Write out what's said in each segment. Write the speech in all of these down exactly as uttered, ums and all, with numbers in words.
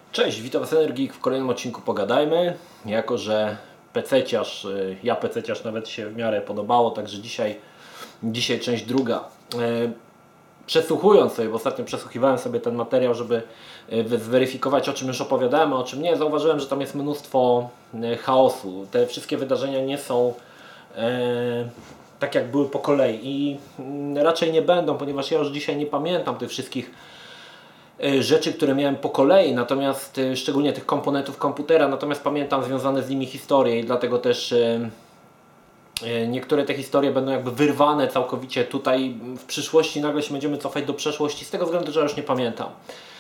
Cześć, witam Was Energik w kolejnym odcinku Pogadajmy. Jako że pececiarz, ja pececiarz nawet się w miarę podobało, także dzisiaj, dzisiaj część druga. Przesłuchując sobie, bo ostatnio przesłuchiwałem sobie ten materiał, żeby zweryfikować, o czym już opowiadałem, a o czym nie, zauważyłem, że tam jest mnóstwo chaosu. Te wszystkie wydarzenia nie są e, tak jak były po kolei i raczej nie będą, ponieważ ja już dzisiaj nie pamiętam tych wszystkich rzeczy, które miałem po kolei, natomiast szczególnie tych komponentów komputera, natomiast pamiętam związane z nimi historie i dlatego też niektóre te historie będą jakby wyrwane całkowicie tutaj. W przyszłości nagle się będziemy cofać do przeszłości z tego względu, że już nie pamiętam.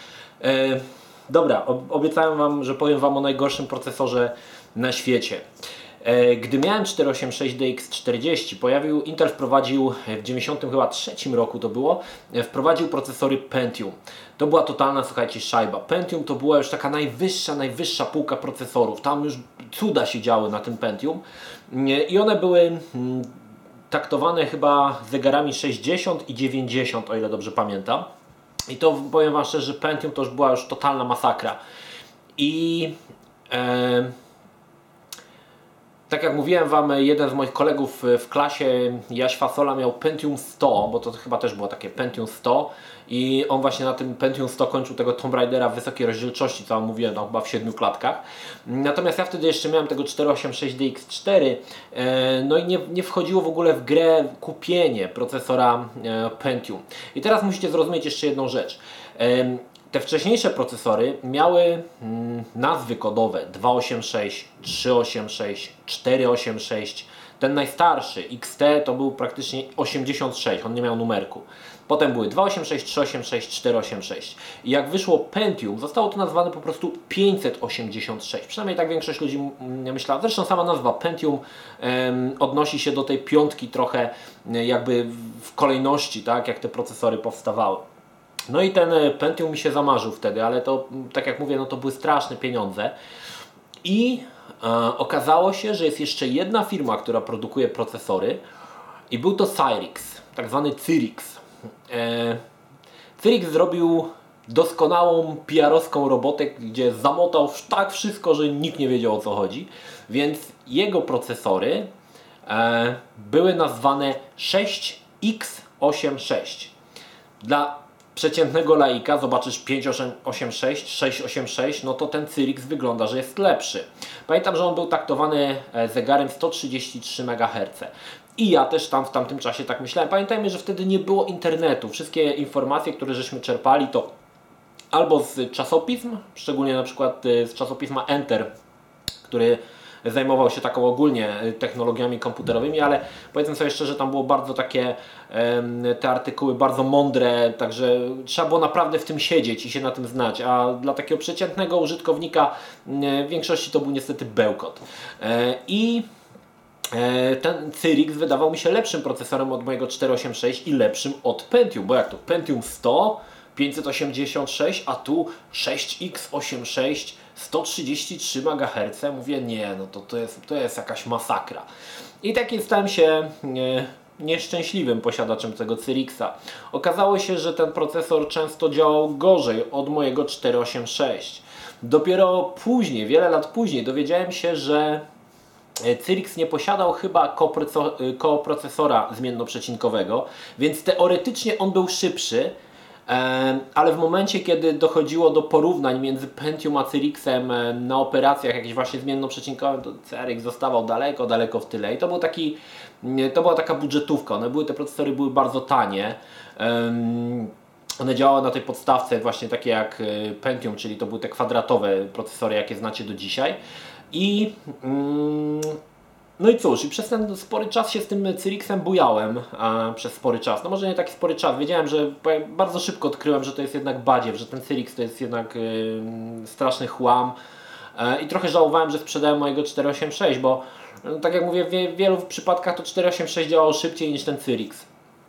Dobra, obiecałem Wam, że powiem Wam o najgorszym procesorze na świecie. Gdy miałem czterysta osiemdziesiąt sześć D X czterdzieści, pojawił, Intel wprowadził w dziewięćdziesiątym trzecim roku to było, wprowadził procesory Pentium. To była totalna, słuchajcie, szajba. Pentium to była już taka najwyższa, najwyższa półka procesorów. Tam już cuda się działy na tym Pentium. I one były taktowane chyba zegarami sześćdziesiąt i dziewięćdziesiąt, o ile dobrze pamiętam. I to powiem Wam szczerze, że Pentium to już była już totalna masakra. I... E, Tak jak mówiłem Wam, jeden z moich kolegów w klasie, Jaś Fasola, miał Pentium sto, bo to chyba też było takie Pentium sto i on właśnie na tym Pentium sto kończył tego Tomb Raidera w wysokiej rozdzielczości, co Wam mówiłem, no, chyba w siedmiu klatkach. Natomiast ja wtedy jeszcze miałem tego czterysta osiemdziesiąt sześć D X cztery, no i nie, nie wchodziło w ogóle w grę kupienie procesora Pentium. I teraz musicie zrozumieć jeszcze jedną rzecz. Te wcześniejsze procesory miały mm, nazwy kodowe dwa osiemdziesiąt sześć, trzysta osiemdziesiąt sześć, czterysta osiemdziesiąt sześć. Ten najstarszy X T to był praktycznie osiemdziesiąt sześć, on nie miał numerku. Potem były dwa osiemdziesiąt sześć, trzysta osiemdziesiąt sześć, czterysta osiemdziesiąt sześć. I jak wyszło Pentium, zostało to nazwane po prostu pięćset osiemdziesiąt sześć. Przynajmniej tak większość ludzi myślała. Zresztą sama nazwa Pentium em, odnosi się do tej piątki trochę jakby w kolejności, tak jak te procesory powstawały. No i ten Pentium mi się zamarzył wtedy, ale to, tak jak mówię, no to były straszne pieniądze. I e, okazało się, że jest jeszcze jedna firma, która produkuje procesory i był to Cyrix, tak zwany Cyrix. E, Cyrix zrobił doskonałą P R-owską robotę, gdzie zamotał tak wszystko, że nikt nie wiedział, o co chodzi. Więc jego procesory e, były nazwane sześć X osiemdziesiąt sześć. Dla przeciętnego laika zobaczysz pięć osiemdziesiąt sześć, sześć osiemdziesiąt sześć, no to ten Cyrix wygląda, że jest lepszy. Pamiętam, że on był taktowany zegarem sto trzydzieści trzy megaherce. I ja też tam w tamtym czasie tak myślałem. Pamiętajmy, że wtedy nie było internetu. Wszystkie informacje, które żeśmy czerpali, to albo z czasopism, szczególnie na przykład z czasopisma Enter, który zajmował się taką ogólnie technologiami komputerowymi, ale powiedzmy sobie szczerze, tam było bardzo takie, te artykuły bardzo mądre, także trzeba było naprawdę w tym siedzieć i się na tym znać, a dla takiego przeciętnego użytkownika w większości to był niestety bełkot. I ten Cyrix wydawał mi się lepszym procesorem od mojego czterysta osiemdziesiąt sześć i lepszym od Pentium, bo jak to Pentium sto, pięćset osiemdziesiąt sześć, a tu sześć X osiemdziesiąt sześć, sto trzydzieści trzy megaherce. Mówię, nie, no to, to, jest, to jest jakaś masakra. I taki stałem się nie, nieszczęśliwym posiadaczem tego Cyrixa. Okazało się, że ten procesor często działał gorzej od mojego czterysta osiemdziesiąt sześć. Dopiero później, wiele lat później dowiedziałem się, że Cyrix nie posiadał chyba koprocesora zmiennoprzecinkowego, więc teoretycznie on był szybszy, ale w momencie, kiedy dochodziło do porównań między Pentium a Cyrixem na operacjach jakieś właśnie zmiennoprzecinkowe, to Cyrix zostawał daleko, daleko w tyle. I to był taki, to była taka budżetówka. One były, te procesory były bardzo tanie. One działały na tej podstawce właśnie takie jak Pentium, czyli to były te kwadratowe procesory, jakie znacie do dzisiaj. I mm, no i cóż, i przez ten spory czas się z tym Cyrixem bujałem, a przez spory czas, no może nie taki spory czas, wiedziałem, że bardzo szybko odkryłem, że to jest jednak badziew, że ten Cyrix to jest jednak yy, straszny chłam yy, i trochę żałowałem, że sprzedałem mojego czterysta osiemdziesiąt sześć, bo no, tak jak mówię, w wielu przypadkach to czterysta osiemdziesiąt sześć działało szybciej niż ten Cyrix.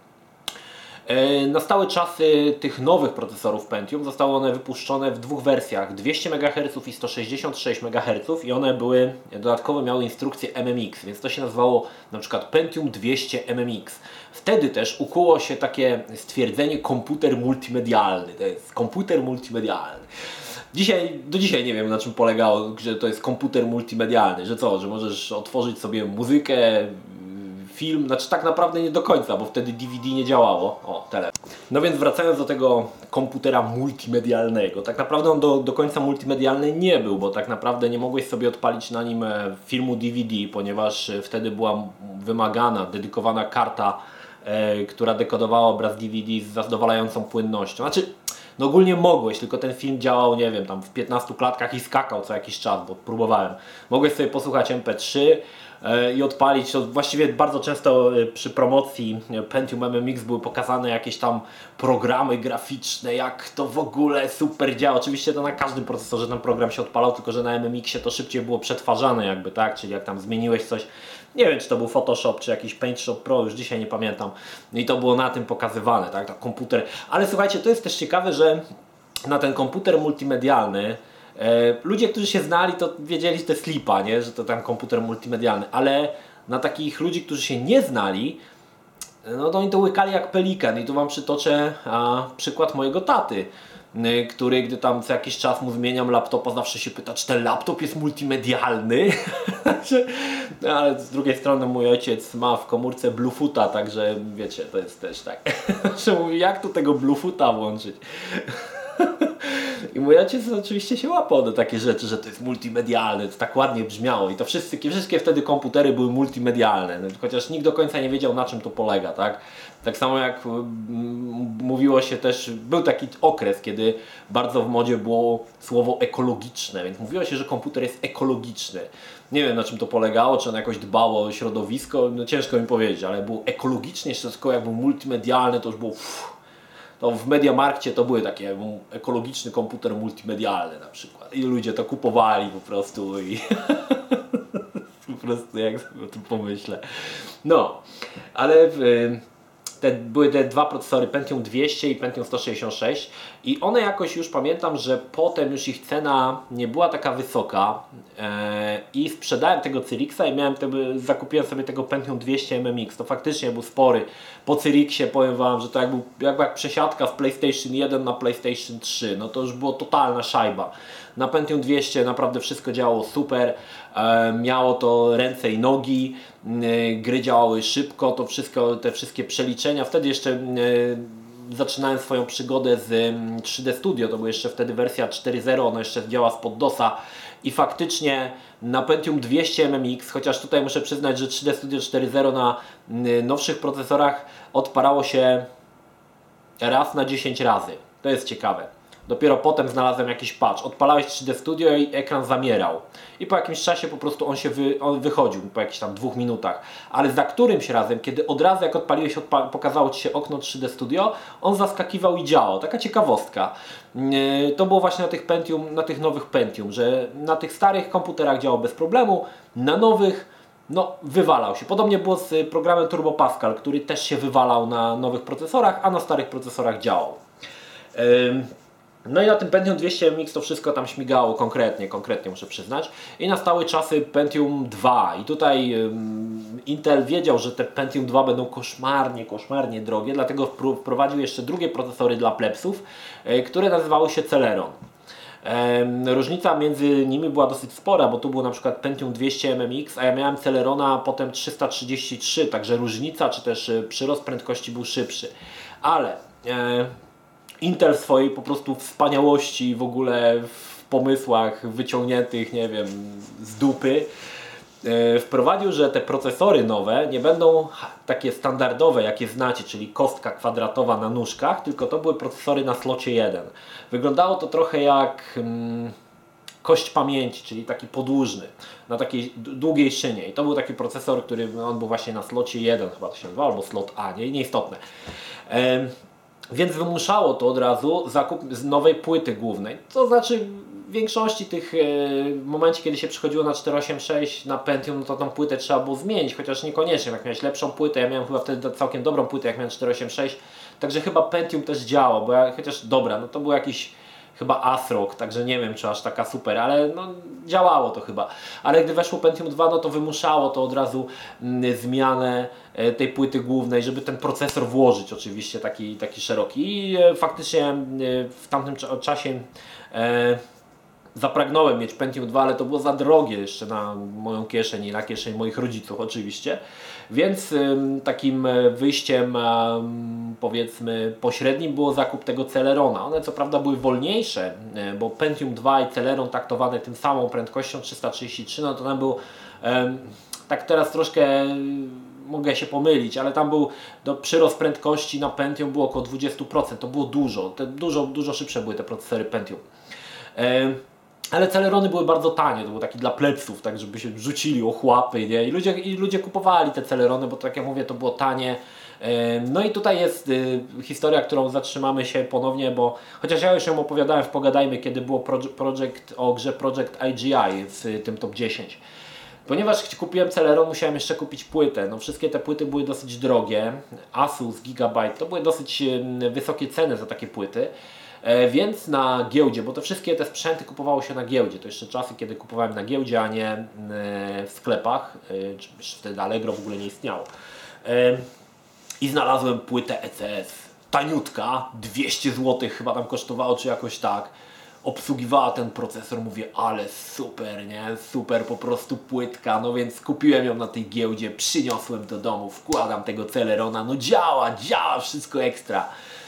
Nastały czasy tych nowych procesorów Pentium, zostały one wypuszczone w dwóch wersjach, dwieście megaherców i sto sześćdziesiąt sześć megaherców, i one były, dodatkowo miały instrukcję M M X, więc to się nazywało na przykład Pentium dwieście M M X. Wtedy też ukuło się takie stwierdzenie komputer multimedialny, to jest komputer multimedialny. Dzisiaj, do dzisiaj nie wiem, na czym polegało, że to jest komputer multimedialny, że co, że możesz otworzyć sobie muzykę, film, znaczy tak naprawdę nie do końca, bo wtedy D V D nie działało. O, telefon. No więc wracając do tego komputera multimedialnego, tak naprawdę on do, do końca multimedialny nie był, bo tak naprawdę nie mogłeś sobie odpalić na nim filmu D V D, ponieważ wtedy była wymagana, dedykowana karta, e, która dekodowała obraz D V D z zadowalającą płynnością. Znaczy, no ogólnie mogłeś, tylko ten film działał, nie wiem, tam w piętnastu klatkach i skakał co jakiś czas, bo próbowałem. Mogłeś sobie posłuchać M P trzy e, i odpalić, to właściwie bardzo często e, przy promocji Pentium M M X były pokazane jakieś tam programy graficzne, jak to w ogóle super działa. Oczywiście to na każdym procesorze ten program się odpalał, tylko że na M M X-ie to szybciej było przetwarzane jakby, tak? Czyli jak tam zmieniłeś coś, nie wiem czy to był Photoshop, czy jakiś PaintShop Pro, już dzisiaj nie pamiętam. I to było na tym pokazywane, tak? Tak, komputer. Ale słuchajcie, to jest też ciekawe, że na ten komputer multimedialny e, ludzie, którzy się znali, to wiedzieli, że to jest lipa, nie? Że to tam komputer multimedialny, ale na takich ludzi, którzy się nie znali, no to oni to łykali jak pelikan. I tu wam przytoczę a, przykład mojego taty, y, który gdy tam co jakiś czas mu zmieniam laptopa, zawsze się pyta, czy ten laptop jest multimedialny. No, ale z drugiej strony mój ojciec ma w komórce Bluetootha, także wiecie, to jest też tak. Że mówi, jak tu tego Bluetootha włączyć? I mój ojciec oczywiście się łapał do takie rzeczy, że to jest multimedialne, to tak ładnie brzmiało i to wszystkie, wszystkie wtedy komputery były multimedialne, no, chociaż nikt do końca nie wiedział, na czym to polega, tak? Tak samo jak mm, mówiło się też, był taki okres, kiedy bardzo w modzie było słowo ekologiczne, więc mówiło się, że komputer jest ekologiczny. Nie wiem, na czym to polegało, czy on jakoś dbało o środowisko, no ciężko mi powiedzieć, ale był ekologicznie, jeszcze tylko jak był multimedialny, to już było uff, to w MediaMarkcie to były takie ekologiczny komputer multimedialny na przykład i ludzie to kupowali po prostu i po prostu jak sobie o tym pomyślę. No, ale w, te, były te dwa procesory Pentium dwieście i Pentium sto sześćdziesiąt sześć i one jakoś już pamiętam, że potem już ich cena nie była taka wysoka e, i sprzedałem tego Cyrixa i miałem tego, zakupiłem sobie tego Pentium dwieście M M X. To faktycznie był spory. Po Cyrixie powiem wam, że to jak, był, jak, jak przesiadka z PlayStation jeden na PlayStation trzy, no to już było totalna szajba. Na Pentium dwieście naprawdę wszystko działało super, e, miało to ręce i nogi, e, gry działały szybko, to wszystko, te wszystkie przeliczenia. Wtedy jeszcze e, zaczynałem swoją przygodę z trzy D Studio, to była jeszcze wtedy wersja cztery zero, ona jeszcze działa spod DOSa i faktycznie na Pentium dwieście M M X, chociaż tutaj muszę przyznać, że trzy D Studio cztery zero na nowszych procesorach odpalało się raz na dziesięć razy. To jest ciekawe. Dopiero potem znalazłem jakiś patch. Odpalałeś trzy D Studio i ekran zamierał. I po jakimś czasie po prostu on się wy, on wychodził, po jakichś tam dwóch minutach. Ale za którymś razem, kiedy od razu jak odpaliłeś, odpa pokazało Ci się okno trzy D Studio, on zaskakiwał i działał. Taka ciekawostka. Yy, to było właśnie na tych Pentium, na tych nowych Pentium, że na tych starych komputerach działał bez problemu, na nowych no, wywalał się. Podobnie było z programem Turbo Pascal, który też się wywalał na nowych procesorach, a na starych procesorach działał. Yy. No i na tym Pentium dwieście M X to wszystko tam śmigało konkretnie, konkretnie muszę przyznać. I nastały czasy Pentium dwa i tutaj um, Intel wiedział, że te Pentium dwa będą koszmarnie, koszmarnie drogie, dlatego wprowadził jeszcze drugie procesory dla plebsów, e, które nazywały się Celeron. E, różnica między nimi była dosyć spora, bo tu było na przykład Pentium dwieście M M X, a ja miałem Celerona potem trzysta trzydzieści trzy, także różnica czy też przyrost prędkości był szybszy. Ale e, Intel w swojej po prostu wspaniałości w ogóle w pomysłach wyciągniętych, nie wiem, z dupy yy, wprowadził, że te procesory nowe nie będą takie standardowe, jakie znacie, czyli kostka kwadratowa na nóżkach, tylko to były procesory na slocie jeden. Wyglądało to trochę jak mm, kość pamięci, czyli taki podłużny, na takiej długiej szynie. I to był taki procesor, który on był właśnie na slocie jeden, chyba to się nazywa, albo slot A, nie, nieistotne. Yy, Więc wymuszało to od razu zakup z nowej płyty głównej. To znaczy w większości tych w momencie, kiedy się przychodziło na czterysta osiemdziesiąt sześć na Pentium, no to tą płytę trzeba było zmienić, chociaż niekoniecznie. Jak miałeś lepszą płytę, ja miałem chyba wtedy całkiem dobrą płytę, jak miałem czterysta osiemdziesiąt sześć, także chyba Pentium też działał, bo ja, chociaż dobra, no to był jakiś chyba ASRock, także nie wiem czy aż taka super, ale no działało to chyba. Ale gdy weszło Pentium dwa, no to wymuszało to od razu mm, zmianę e, tej płyty głównej, żeby ten procesor włożyć oczywiście taki, taki szeroki. I e, faktycznie e, w tamtym czasie e, zapragnąłem mieć Pentium dwa, ale to było za drogie jeszcze na moją kieszeń i na kieszeń moich rodziców oczywiście. Więc ym, takim wyjściem ym, powiedzmy pośrednim było zakup tego Celerona. One co prawda były wolniejsze, y, bo Pentium dwa i Celeron taktowane tym samą prędkością trzysta trzydzieści trzy, no to tam był ym, tak teraz troszkę y, mogę się pomylić, ale tam był do, przyrost prędkości na Pentium było około dwadzieścia procent, to było dużo, te, dużo, dużo szybsze były te procesory Pentium. Ym, Ale Celerony były bardzo tanie, to był taki dla plepsów, tak żeby się rzucili ochłapy, nie? I ludzie, i ludzie kupowali te Celerony, bo tak jak mówię, to było tanie. No i tutaj jest y, historia, którą zatrzymamy się ponownie, bo chociaż ja już ją opowiadałem w Pogadajmy, kiedy było project, o grze Project I G I w tym top dziesięć. Ponieważ kupiłem Celeron, musiałem jeszcze kupić płytę. No wszystkie te płyty były dosyć drogie. Asus, Gigabyte, to były dosyć y, wysokie ceny za takie płyty. E, więc na giełdzie, bo to wszystkie te sprzęty kupowało się na giełdzie, to jeszcze czasy, kiedy kupowałem na giełdzie, a nie e, w sklepach, e, czy wtedy Allegro w ogóle nie istniało. E, I znalazłem płytę E C S, taniutka, dwieście złotych chyba tam kosztowało, czy jakoś tak. Obsługiwała ten procesor, mówię, ale super, nie? Super po prostu płytka, no więc kupiłem ją na tej giełdzie, przyniosłem do domu, wkładam tego Celerona, no działa, działa, wszystko ekstra.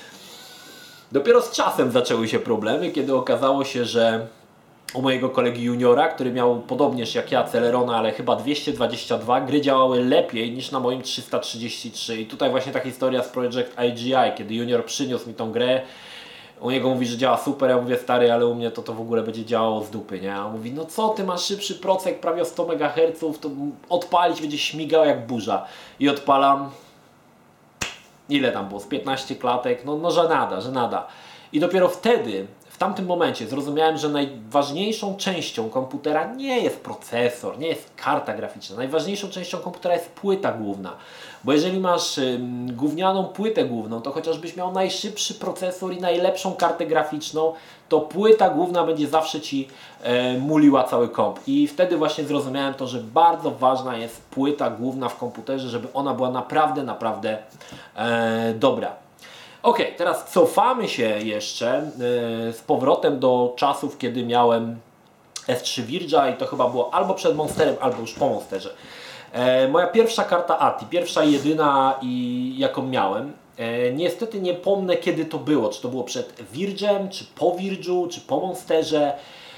Dopiero z czasem zaczęły się problemy, kiedy okazało się, że u mojego kolegi juniora, który miał podobnież jak ja Celerona, ale chyba dwieście dwadzieścia dwa, gry działały lepiej niż na moim trzysta trzydzieści trzy. I tutaj właśnie ta historia z Project I G I, kiedy junior przyniósł mi tą grę, u niego mówi, że działa super, ja mówię, stary, ale u mnie to, to w ogóle będzie działało z dupy, nie? A on mówi, no co, ty masz szybszy procek, prawie o sto megaherców, to odpalić będzie śmigał jak burza. I odpalam... Ile tam było? Z piętnaście klatek? No, no żenada, żenada. I dopiero wtedy, w tamtym momencie zrozumiałem, że najważniejszą częścią komputera nie jest procesor, nie jest karta graficzna. Najważniejszą częścią komputera jest płyta główna. Bo jeżeli masz ym, gównianą płytę główną, to chociażbyś miał najszybszy procesor i najlepszą kartę graficzną, to płyta główna będzie zawsze Ci e, muliła cały komp. I wtedy właśnie zrozumiałem to, że bardzo ważna jest płyta główna w komputerze, żeby ona była naprawdę, naprawdę e, dobra. Ok, teraz cofamy się jeszcze e, z powrotem do czasów, kiedy miałem S trzy Virgia i to chyba było albo przed Monsterem, albo już po Monsterze. E, moja pierwsza karta A T I, pierwsza i jedyna i jaką miałem. E, niestety nie pomnę, kiedy to było, czy to było przed Virgem, czy po Virgiu, czy po Monsterze.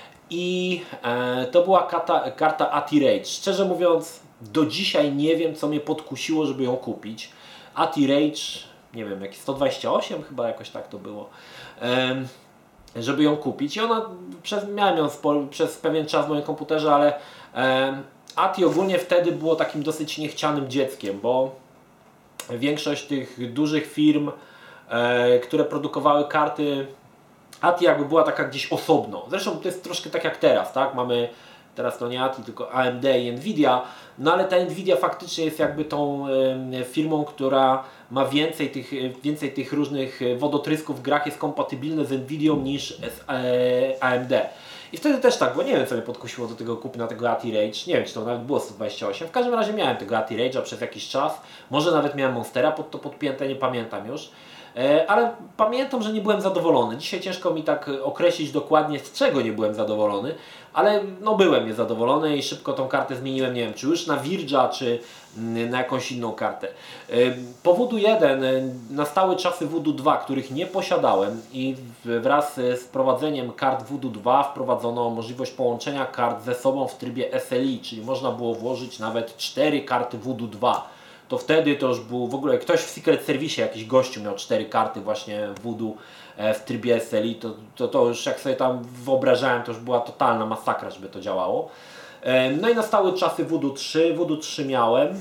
I e, to była karta, karta A T Rage. Szczerze mówiąc, do dzisiaj nie wiem, co mnie podkusiło, żeby ją kupić. A T Rage, nie wiem, jakieś sto dwadzieścia osiem chyba jakoś tak to było. E, żeby ją kupić. I ona, przez, miałem ją spo, przez pewien czas w moim komputerze, ale e, A T I ogólnie wtedy było takim dosyć niechcianym dzieckiem, bo większość tych dużych firm, e, które produkowały karty, A T I jakby była taka gdzieś osobno. Zresztą to jest troszkę tak jak teraz, tak? Mamy teraz to nie A T I, tylko A M D i Nvidia, no ale ta Nvidia faktycznie jest jakby tą e, firmą, która ma więcej tych, więcej tych różnych wodotrysków w grach, jest kompatybilne z Nvidią niż z e, A M D. I wtedy też tak, bo nie wiem, co mnie podkusiło do tego kupna tego A T Rage, nie wiem, czy to nawet było sto dwadzieścia osiem, w każdym razie miałem tego A T Rage'a przez jakiś czas, może nawet miałem Monstera pod to podpięte, nie pamiętam już. Ale pamiętam, że nie byłem zadowolony. Dzisiaj ciężko mi tak określić dokładnie, z czego nie byłem zadowolony, ale no byłem niezadowolony i szybko tą kartę zmieniłem, nie wiem, czy już na Virgia, czy na jakąś inną kartę. Po Voodoo jeden nastały czasy Voodoo dwa, których nie posiadałem i wraz z wprowadzeniem kart Voodoo dwa wprowadzono możliwość połączenia kart ze sobą w trybie S L I, czyli można było włożyć nawet cztery karty Voodoo dwa. To wtedy to już był w ogóle ktoś w Secret Service, jakiś gościu miał cztery karty właśnie Voodoo w trybie S L I, to, to, to już jak sobie tam wyobrażałem, to już była totalna masakra, żeby to działało. No i nastały czasy Voodoo trzy, Voodoo trzy miałem,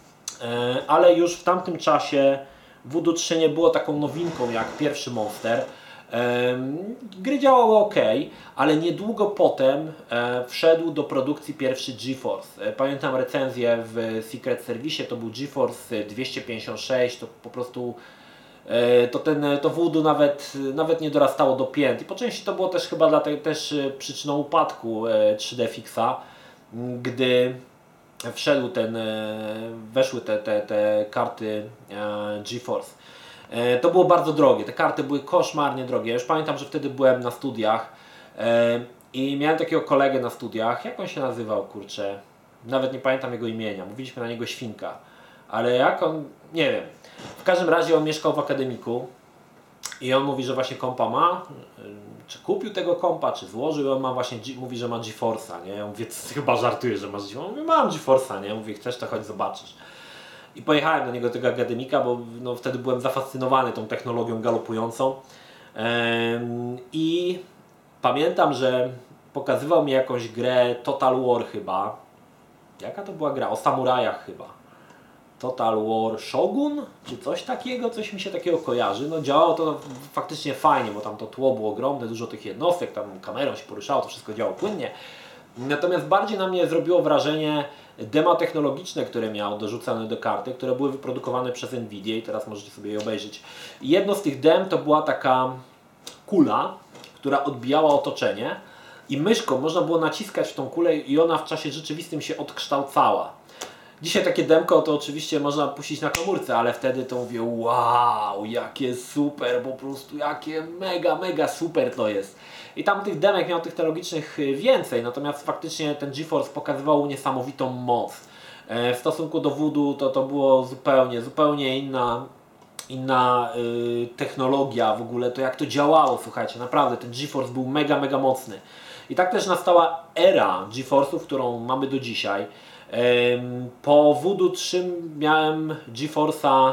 ale już w tamtym czasie Voodoo trzy nie było taką nowinką jak pierwszy Monster. Gry działały ok, ale niedługo potem e, wszedł do produkcji pierwszy GeForce. E, pamiętam recenzję w Secret Service, to był GeForce dwieście pięćdziesiąt sześć, to po prostu e, to, ten, to Voodoo nawet, nawet nie dorastało do pięt. I po części to było też chyba dla tej, też przyczyną upadku e, trzy D Fixa, gdy wszedł ten, e, weszły te, te, te karty e, GeForce. To było bardzo drogie, te karty były koszmarnie drogie. Ja już pamiętam, że wtedy byłem na studiach I miałem takiego kolegę na studiach, jak on się nazywał, kurczę, nawet nie pamiętam jego imienia, mówiliśmy na niego Świnka, ale jak on, nie wiem. W każdym razie on mieszkał w akademiku i on mówi, że właśnie kompa ma, czy kupił tego kompa, czy złożył, on ma właśnie, mówi, że ma GeForce'a, nie? Ja mówię, ty chyba żartujesz, że masz GeForce'a? Mówię, mam GeForce'a, nie? Mówię, chcesz, to chodź zobaczysz. I pojechałem do niego, do tego akademika, bo no, wtedy byłem zafascynowany tą technologią galopującą. Ehm, I pamiętam, że pokazywał mi jakąś grę Total War chyba. Jaka to była gra? O samurajach chyba. Total War Shogun? Czy coś takiego? Coś mi się takiego kojarzy. No działało to faktycznie fajnie, bo tam to tło było ogromne, dużo tych jednostek, tam kamerą się poruszało, to wszystko działało płynnie. Natomiast bardziej na mnie zrobiło wrażenie dema technologiczne, które miał dorzucane do karty, które były wyprodukowane przez Nvidia i teraz możecie sobie je obejrzeć. Jedno z tych dem to była taka kula, która odbijała otoczenie i myszką można było naciskać w tą kulę i ona w czasie rzeczywistym się odkształcała. Dzisiaj takie demko to oczywiście można puścić na komórce, ale wtedy to mówię, wow, jakie super, po prostu jakie mega, mega super to jest. I tam tych demek miał tych technologicznych więcej, natomiast faktycznie ten GeForce pokazywał niesamowitą moc. W stosunku do Voodoo to, to było zupełnie, zupełnie inna, inna yy, technologia w ogóle, to jak to działało, słuchajcie, naprawdę ten GeForce był mega, mega mocny. I tak też nastała era GeForce'ów, którą mamy do dzisiaj. Po Voodoo trzy miałem GeForce'a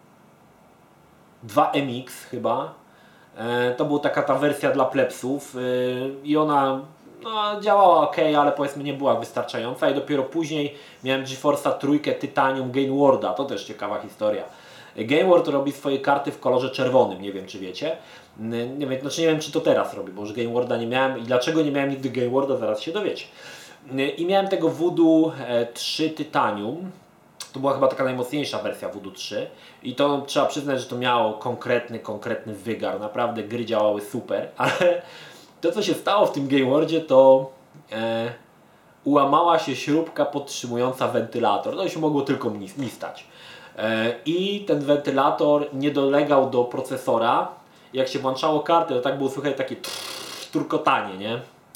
dwa M X chyba. To była taka ta wersja dla plebsów i ona no, działała ok, ale powiedzmy nie była wystarczająca i dopiero później miałem GeForce'a trójkę Titanium Gainwarda, to też ciekawa historia. Gainward robi swoje karty w kolorze czerwonym, nie wiem czy wiecie. Nie wiem, znaczy nie wiem czy to teraz robi, bo już Gainwarda nie miałem i dlaczego nie miałem nigdy Gainwarda, zaraz się dowiecie. I miałem tego Voodoo trzy Titanium. To była chyba taka najmocniejsza wersja Voodoo trzy. I to trzeba przyznać, że to miało konkretny, konkretny wygar. Naprawdę gry działały super. Ale to co się stało w tym Gameworldzie to e, ułamała się śrubka podtrzymująca wentylator. To się mogło tylko mi, mi stać. E, I ten wentylator nie dolegał do procesora. Jak się włączało kartę, to tak było słychać takie turkotanie, nie?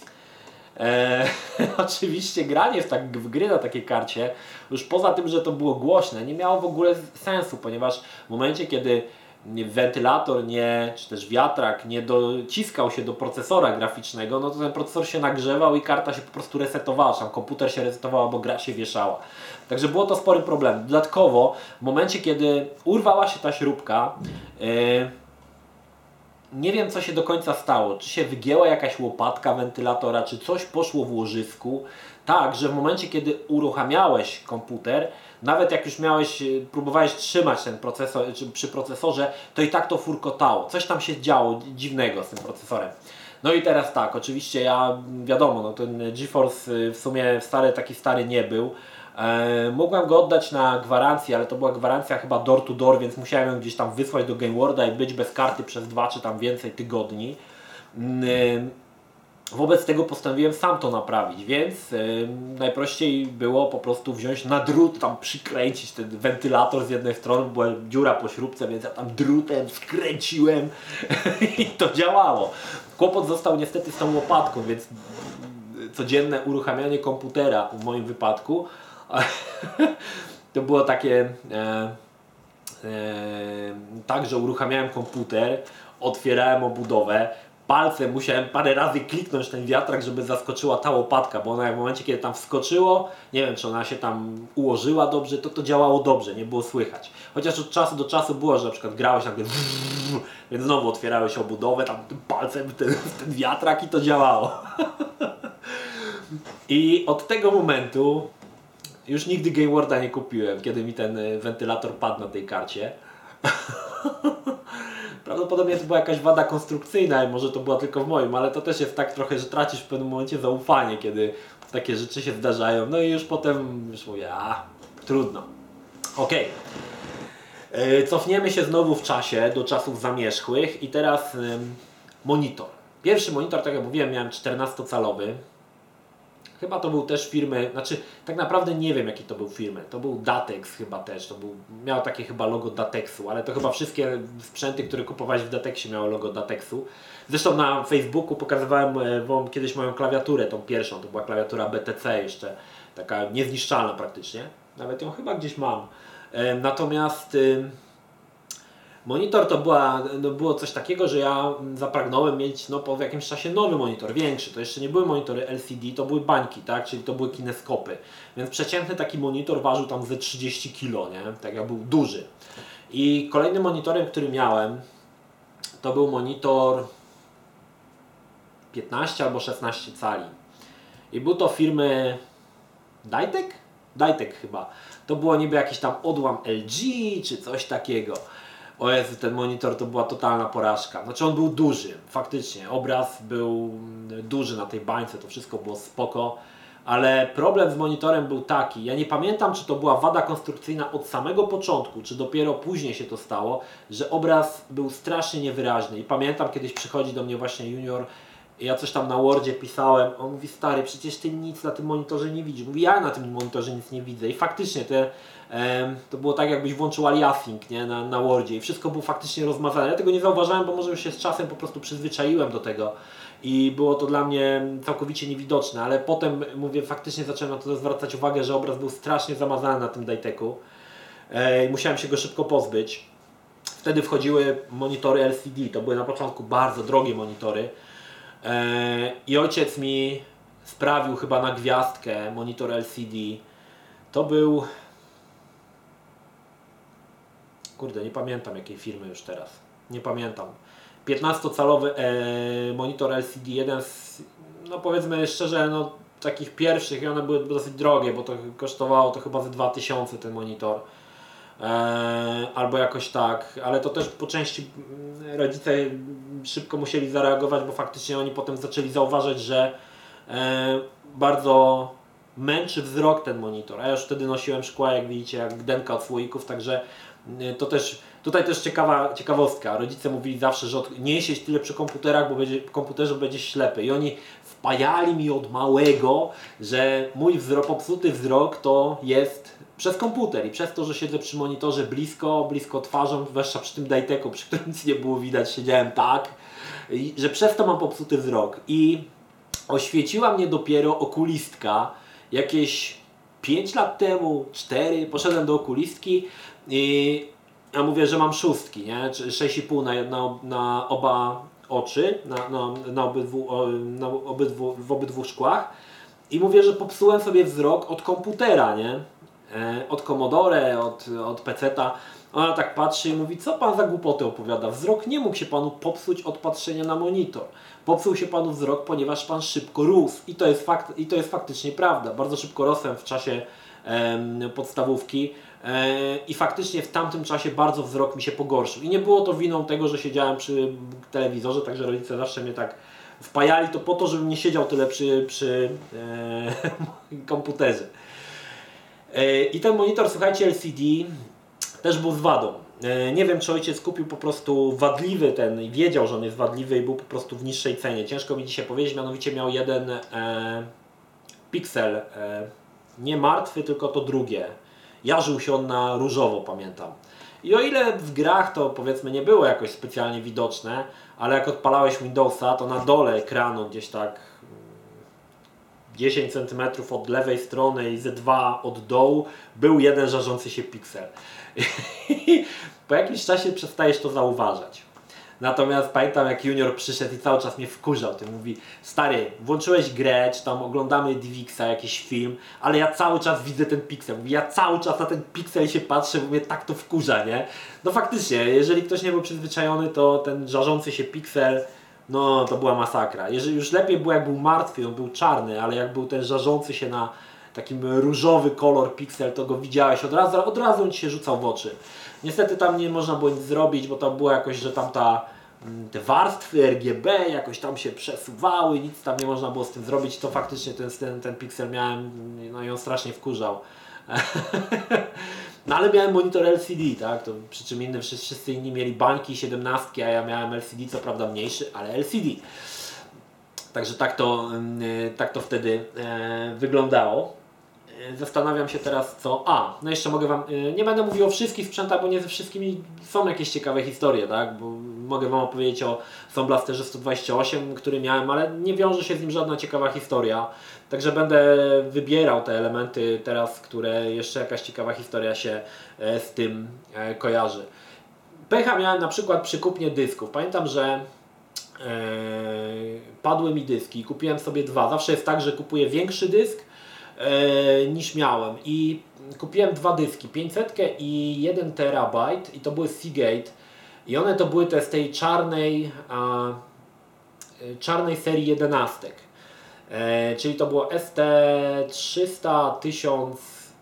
Eee, oczywiście granie w, tak, w gry na takiej karcie, już poza tym, że to było głośne, nie miało w ogóle sensu, ponieważ w momencie, kiedy wentylator nie, czy też wiatrak nie dociskał się do procesora graficznego, no to ten procesor się nagrzewał i karta się po prostu resetowała, tam komputer się resetował, bo gra się wieszała. Także było to spory problem. Dodatkowo w momencie, kiedy urwała się ta śrubka, yy, nie wiem co się do końca stało, czy się wygięła jakaś łopatka wentylatora, czy coś poszło w łożysku, tak, że w momencie kiedy uruchamiałeś komputer, nawet jak już miałeś, próbowałeś trzymać ten procesor, czy przy procesorze, to i tak to furkotało, coś tam się działo dziwnego z tym procesorem. No i teraz tak, oczywiście ja, wiadomo, no ten GeForce w sumie stary, taki stary nie był. E, mogłem go oddać na gwarancję, ale to była gwarancja chyba door to door, więc musiałem ją gdzieś tam wysłać do Gameworlda i być bez karty przez dwa czy tam więcej tygodni. E, wobec tego postanowiłem sam to naprawić, więc e, najprościej było po prostu wziąć na drut, tam przykręcić ten wentylator z jednej strony, była dziura po śrubce, więc ja tam drutem skręciłem i to działało. Kłopot został niestety z tą łopatką, więc codzienne uruchamianie komputera w moim wypadku to było takie e, e, tak, że uruchamiałem komputer, otwierałem obudowę, palcem musiałem parę razy kliknąć ten wiatrak, żeby zaskoczyła ta łopatka, bo ona w momencie, kiedy tam wskoczyło, nie wiem czy ona się tam ułożyła dobrze, to to działało dobrze, nie było słychać. Chociaż od czasu do czasu było, że na przykład grałeś nagle, więc znowu otwierałeś obudowę, tam tym palcem ten, ten wiatrak i to działało. I od tego momentu już nigdy Gameworlda nie kupiłem, kiedy mi ten wentylator padł na tej karcie. Prawdopodobnie to była jakaś wada konstrukcyjna i może to była tylko w moim, ale to też jest tak trochę, że tracisz w pewnym momencie zaufanie, kiedy takie rzeczy się zdarzają. No i już potem już mówię, a trudno. Okej. Okay. Cofniemy się znowu w czasie, do czasów zamierzchłych i teraz ym, monitor. Pierwszy monitor, tak jak mówiłem, miałem czternastocalowy. Chyba to był też firmy, znaczy tak naprawdę nie wiem jaki to był firmy. To był Datex chyba też, to był, miał takie chyba logo Datexu, ale to chyba wszystkie sprzęty, które kupowałeś w Datexie miały logo Datexu. Zresztą na Facebooku pokazywałem wam kiedyś moją klawiaturę, tą pierwszą, to była klawiatura B T C jeszcze, taka niezniszczalna praktycznie. Nawet ją chyba gdzieś mam. Natomiast monitor to była, no było coś takiego, że ja zapragnąłem mieć no, po jakimś czasie nowy monitor, większy. To jeszcze nie były monitory L C D, to były bańki, tak? Czyli to były kineskopy. Więc przeciętny taki monitor ważył tam ze trzydzieści kilo, nie? Tak jak był duży. I kolejnym monitorem, który miałem, to był monitor piętnaście albo szesnaście cali. I był to firmy Daitek? Daitek chyba. To było niby jakiś tam odłam L G czy coś takiego. O Jezu, ten monitor to była totalna porażka. Znaczy on był duży, faktycznie. Obraz był duży na tej bańce, to wszystko było spoko. Ale problem z monitorem był taki, ja nie pamiętam czy to była wada konstrukcyjna od samego początku, czy dopiero później się to stało, że obraz był strasznie niewyraźny. I pamiętam kiedyś przychodzi do mnie właśnie junior, ja coś tam na Wordzie pisałem, on mówi stary, przecież ty nic na tym monitorze nie widzisz. Mówi ja na tym monitorze nic nie widzę i faktycznie te, e, to było tak jakbyś włączył aliasing, nie, na, na Wordzie i wszystko było faktycznie rozmazane. Ja tego nie zauważałem, bo może już się z czasem po prostu przyzwyczaiłem do tego i było to dla mnie całkowicie niewidoczne, ale potem mówię, faktycznie zacząłem na to zwracać uwagę, że obraz był strasznie zamazany na tym Daiteku e, i musiałem się go szybko pozbyć. Wtedy wchodziły monitory L C D, to były na początku bardzo drogie monitory. I ojciec mi sprawił chyba na gwiazdkę monitor L C D. To był... Kurde, nie pamiętam jakiej firmy już teraz. Nie pamiętam. piętnastocalowy e, monitor L C D, jeden z, no powiedzmy szczerze, no takich pierwszych i one były dosyć drogie, bo to kosztowało to chyba ze dwa tysiące ten monitor. Eee, albo jakoś tak, ale to też po części rodzice szybko musieli zareagować, bo faktycznie oni potem zaczęli zauważać, że e, bardzo męczy wzrok ten monitor, a ja już wtedy nosiłem szkła, jak widzicie, jak denka od słoików, także e, to też, tutaj też ciekawa ciekawostka, rodzice mówili zawsze, że od, nie siedź tyle przy komputerach, bo będzie, w komputerze będziesz ślepy i oni wpajali mi od małego, że mój wzrok, popsuty wzrok to jest przez komputer i przez to, że siedzę przy monitorze blisko, blisko twarzą, zwłaszcza przy tym Daiteku, przy którym nic nie było widać, siedziałem tak, i, że przez to mam popsuty wzrok. I oświeciła mnie dopiero okulistka jakieś pięć lat temu, cztery, poszedłem do okulistki i ja mówię, że mam szóstki, nie? sześć i pół na, na, na oba oczy, na, na, na obydwu, na obydwu, w obydwu szkłach i mówię, że popsułem sobie wzrok od komputera, nie? Od Commodore, od, od peceta. Ona tak patrzy i mówi, co pan za głupoty opowiada? Wzrok nie mógł się panu popsuć od patrzenia na monitor. Popsuł się panu wzrok, ponieważ pan szybko rósł. I to jest, fakt, i to jest faktycznie prawda. Bardzo szybko rosłem w czasie e, podstawówki e, i faktycznie w tamtym czasie bardzo wzrok mi się pogorszył. I nie było to winą tego, że siedziałem przy telewizorze, także rodzice zawsze mnie tak wpajali to po to, żebym nie siedział tyle przy, przy e, komputerze. I ten monitor, słuchajcie, L C D też był z wadą. Nie wiem, czy ojciec kupił po prostu wadliwy ten i wiedział, że on jest wadliwy i był po prostu w niższej cenie. Ciężko mi dzisiaj powiedzieć, mianowicie miał jeden e, piksel, e, nie martwy, tylko to drugie. Jarzył się on na różowo, pamiętam. I o ile w grach to powiedzmy nie było jakoś specjalnie widoczne, ale jak odpalałeś Windowsa, to na dole ekranu gdzieś tak dziesięć centymetrów od lewej strony i ze dwa od dołu był jeden żarzący się piksel. Po jakimś czasie przestajesz to zauważać. Natomiast pamiętam, jak junior przyszedł i cały czas mnie wkurzał. Ty mówi, stary, włączyłeś grę, czy tam oglądamy D V X a, jakiś film, ale ja cały czas widzę ten piksel. Mówi, ja cały czas na ten piksel się patrzę, bo mnie tak to wkurza, nie? No faktycznie, jeżeli ktoś nie był przyzwyczajony, to ten żarzący się piksel, no to była masakra. Jeżeli już lepiej było, jak był martwy, on był czarny, ale jak był ten żarzący się na takim różowy kolor piksel, to go widziałeś, od razu, od razu on ci się rzucał w oczy. Niestety tam nie można było nic zrobić, bo tam było jakoś, że tam ta, te warstwy R G B jakoś tam się przesuwały, nic tam nie można było z tym zrobić, to faktycznie ten, ten, ten piksel miałem, no i on strasznie wkurzał. No ale miałem monitor L C D, tak? To przy czym innym wszyscy inni mieli bańki siedemnastki, a ja miałem L C D, co prawda mniejszy, ale L C D. Także tak to, yy, tak to wtedy yy, wyglądało. Zastanawiam się teraz co... A, no jeszcze mogę Wam... Nie będę mówił o wszystkich sprzętach, bo nie ze wszystkimi są jakieś ciekawe historie, tak? Bo mogę Wam opowiedzieć o Sound Blasterze sto dwadzieścia osiem, który miałem, ale nie wiąże się z nim żadna ciekawa historia. Także będę wybierał te elementy teraz, które jeszcze jakaś ciekawa historia się z tym kojarzy. Pecha miałem na przykład przy kupnie dysków. Pamiętam, że yy, padły mi dyski, kupiłem sobie dwa. Zawsze jest tak, że kupuję większy dysk niż miałem i kupiłem dwa dyski, pięćset i jeden terabajt i to były Seagate i one to były te z tej czarnej a, czarnej serii jedenastek, e, czyli to było S T trzysta, tysiąc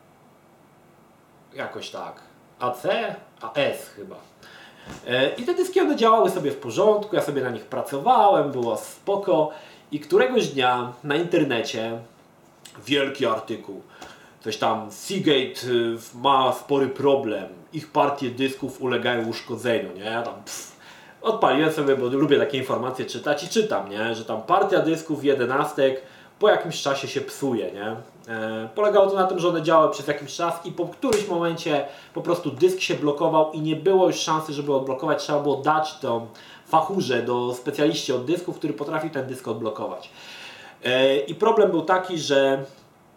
jakoś tak, A C, A S chyba. E, I te dyski one działały sobie w porządku, ja sobie na nich pracowałem, było spoko i któregoś dnia na internecie wielki artykuł, coś tam Seagate ma spory problem, ich partie dysków ulegają uszkodzeniu, nie? Ja tam pff, odpaliłem sobie, bo lubię takie informacje czytać i czytam, nie? Że tam partia dysków jedenastek po jakimś czasie się psuje, nie? E, polegało to na tym, że one działały przez jakiś czas i po którymś momencie po prostu dysk się blokował i nie było już szansy, żeby odblokować, trzeba było dać tą fachurze do specjaliści od dysków, który potrafi ten dysk odblokować. I problem był taki, że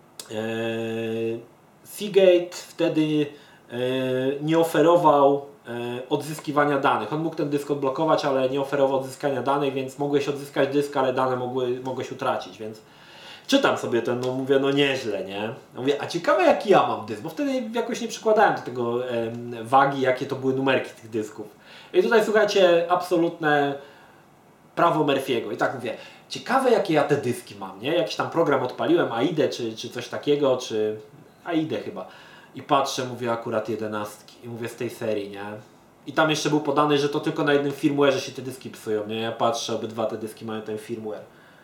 Seagate wtedy nie oferował odzyskiwania danych. On mógł ten dysk odblokować, ale nie oferował odzyskania danych, więc mogłeś odzyskać dysk, ale dane mogły, mogłeś utracić, więc czytam sobie ten, no mówię, no nieźle, nie? Mówię, a ciekawe jaki ja mam dysk, bo wtedy jakoś nie przykładałem do tego wagi, jakie to były numerki tych dysków. I tutaj słuchajcie, absolutne prawo Murphy'ego. I tak mówię, ciekawe jakie ja te dyski mam, nie? Jakiś tam program odpaliłem, AIDę czy, czy coś takiego, czy AIDę chyba. I patrzę, mówię akurat jedenastki i mówię z tej serii, nie? I tam jeszcze był podany, że to tylko na jednym firmware'ze się te dyski psują, nie? Ja patrzę, obydwa te dyski mają ten firmware.